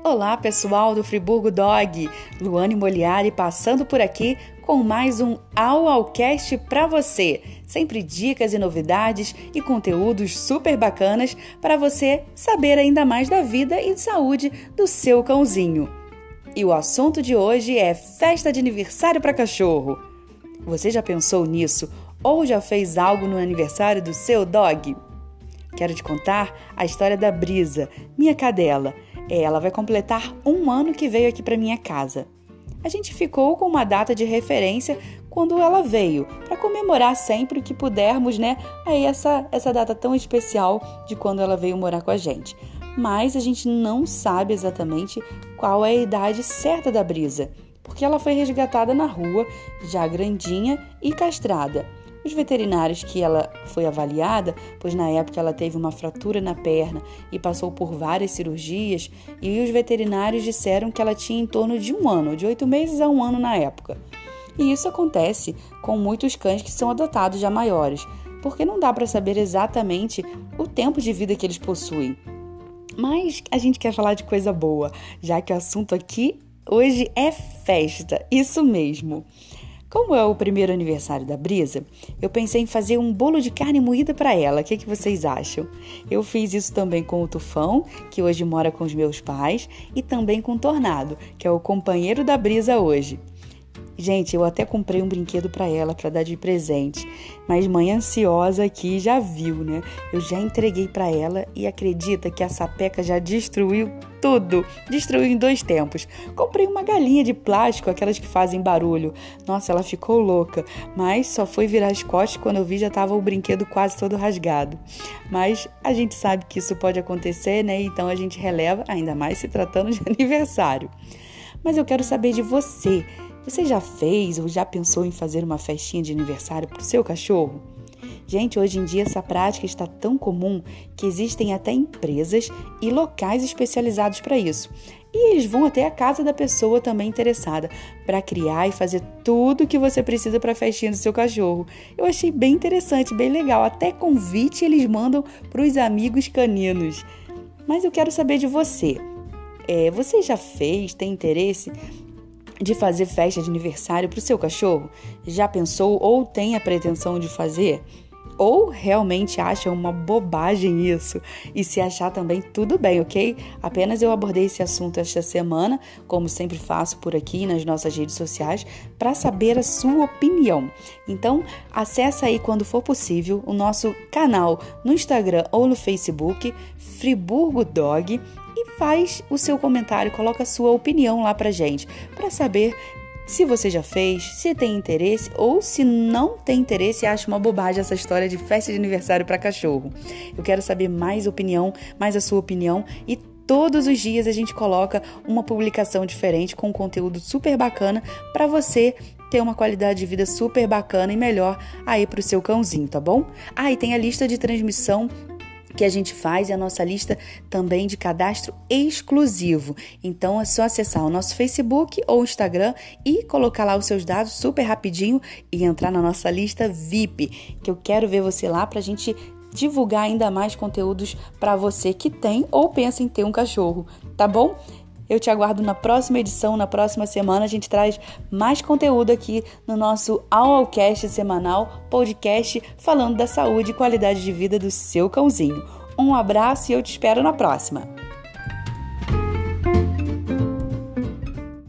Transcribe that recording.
Olá pessoal do Friburgo Dog, Luane Moliari passando por aqui com mais um AuAuCast para você. Sempre dicas e novidades e conteúdos super bacanas para você saber ainda mais da vida e saúde do seu cãozinho. E o assunto de hoje é festa de aniversário para cachorro. Você já pensou nisso ou já fez algo no aniversário do seu dog? Quero te contar a história da Brisa, minha cadela. Ela vai completar 1 ano que veio aqui para minha casa. A gente ficou com uma data de referência quando ela veio, para comemorar sempre o que pudermos, né? Aí essa data tão especial de quando ela veio morar com a gente. Mas a gente não sabe exatamente qual é a idade certa da Brisa, porque ela foi resgatada na rua, já grandinha e castrada. Os veterinários que ela foi avaliada, pois na época ela teve uma fratura na perna e passou por várias cirurgias, e os veterinários disseram que ela tinha em torno de 1 ano, de 8 meses a 1 ano na época. E isso acontece com muitos cães que são adotados já maiores, porque não dá para saber exatamente o tempo de vida que eles possuem. Mas a gente quer falar de coisa boa, já que o assunto aqui hoje é festa, isso mesmo. Como é o primeiro aniversário da Brisa, eu pensei em fazer um bolo de carne moída para ela. O que vocês acham? Eu fiz isso também com o Tufão, que hoje mora com os meus pais, e também com o Tornado, que é o companheiro da Brisa hoje. Gente, eu até comprei um brinquedo para ela, para dar de presente, mas mãe ansiosa aqui já viu, né? Eu já entreguei para ela e acredita que a sapeca já destruiu tudo. Destruiu em 2 tempos. Comprei uma galinha de plástico, aquelas que fazem barulho. Nossa, ela ficou louca, mas só foi virar as costas quando eu vi já estava o brinquedo quase todo rasgado. Mas a gente sabe que isso pode acontecer, né? Então a gente releva, ainda mais se tratando de aniversário. Mas eu quero saber de você. Você já fez ou já pensou em fazer uma festinha de aniversário para o seu cachorro? Gente, hoje em dia essa prática está tão comum que existem até empresas e locais especializados para isso. E eles vão até a casa da pessoa também interessada para criar e fazer tudo o que você precisa para a festinha do seu cachorro. Eu achei bem interessante, bem legal. Até convite eles mandam para os amigos caninos. Mas eu quero saber de você. Você já fez, tem interesse de fazer festa de aniversário para o seu cachorro? Já pensou ou tem a pretensão de fazer? Ou realmente acha uma bobagem isso? E se achar também, tudo bem, ok? Apenas eu abordei esse assunto esta semana, como sempre faço por aqui nas nossas redes sociais, para saber a sua opinião. Então, acessa aí quando for possível o nosso canal no Instagram ou no Facebook, Friburgo Dog, e faz o seu comentário, coloca a sua opinião lá pra gente, para saber se você já fez, se tem interesse ou se não tem interesse e acha uma bobagem essa história de festa de aniversário para cachorro. Eu quero saber mais opinião, mais a sua opinião, e todos os dias a gente coloca uma publicação diferente com um conteúdo super bacana para você ter uma qualidade de vida super bacana e melhor aí pro seu cãozinho, tá bom? E tem a lista de transmissão que a gente faz, e a nossa lista também de cadastro exclusivo. Então é só acessar o nosso Facebook ou Instagram e colocar lá os seus dados super rapidinho e entrar na nossa lista VIP, que eu quero ver você lá pra gente divulgar ainda mais conteúdos para você que tem ou pensa em ter um cachorro, tá bom? Eu te aguardo na próxima edição, na próxima semana a gente traz mais conteúdo aqui no nosso AuAuCast semanal, podcast falando da saúde e qualidade de vida do seu cãozinho. Um abraço e eu te espero na próxima!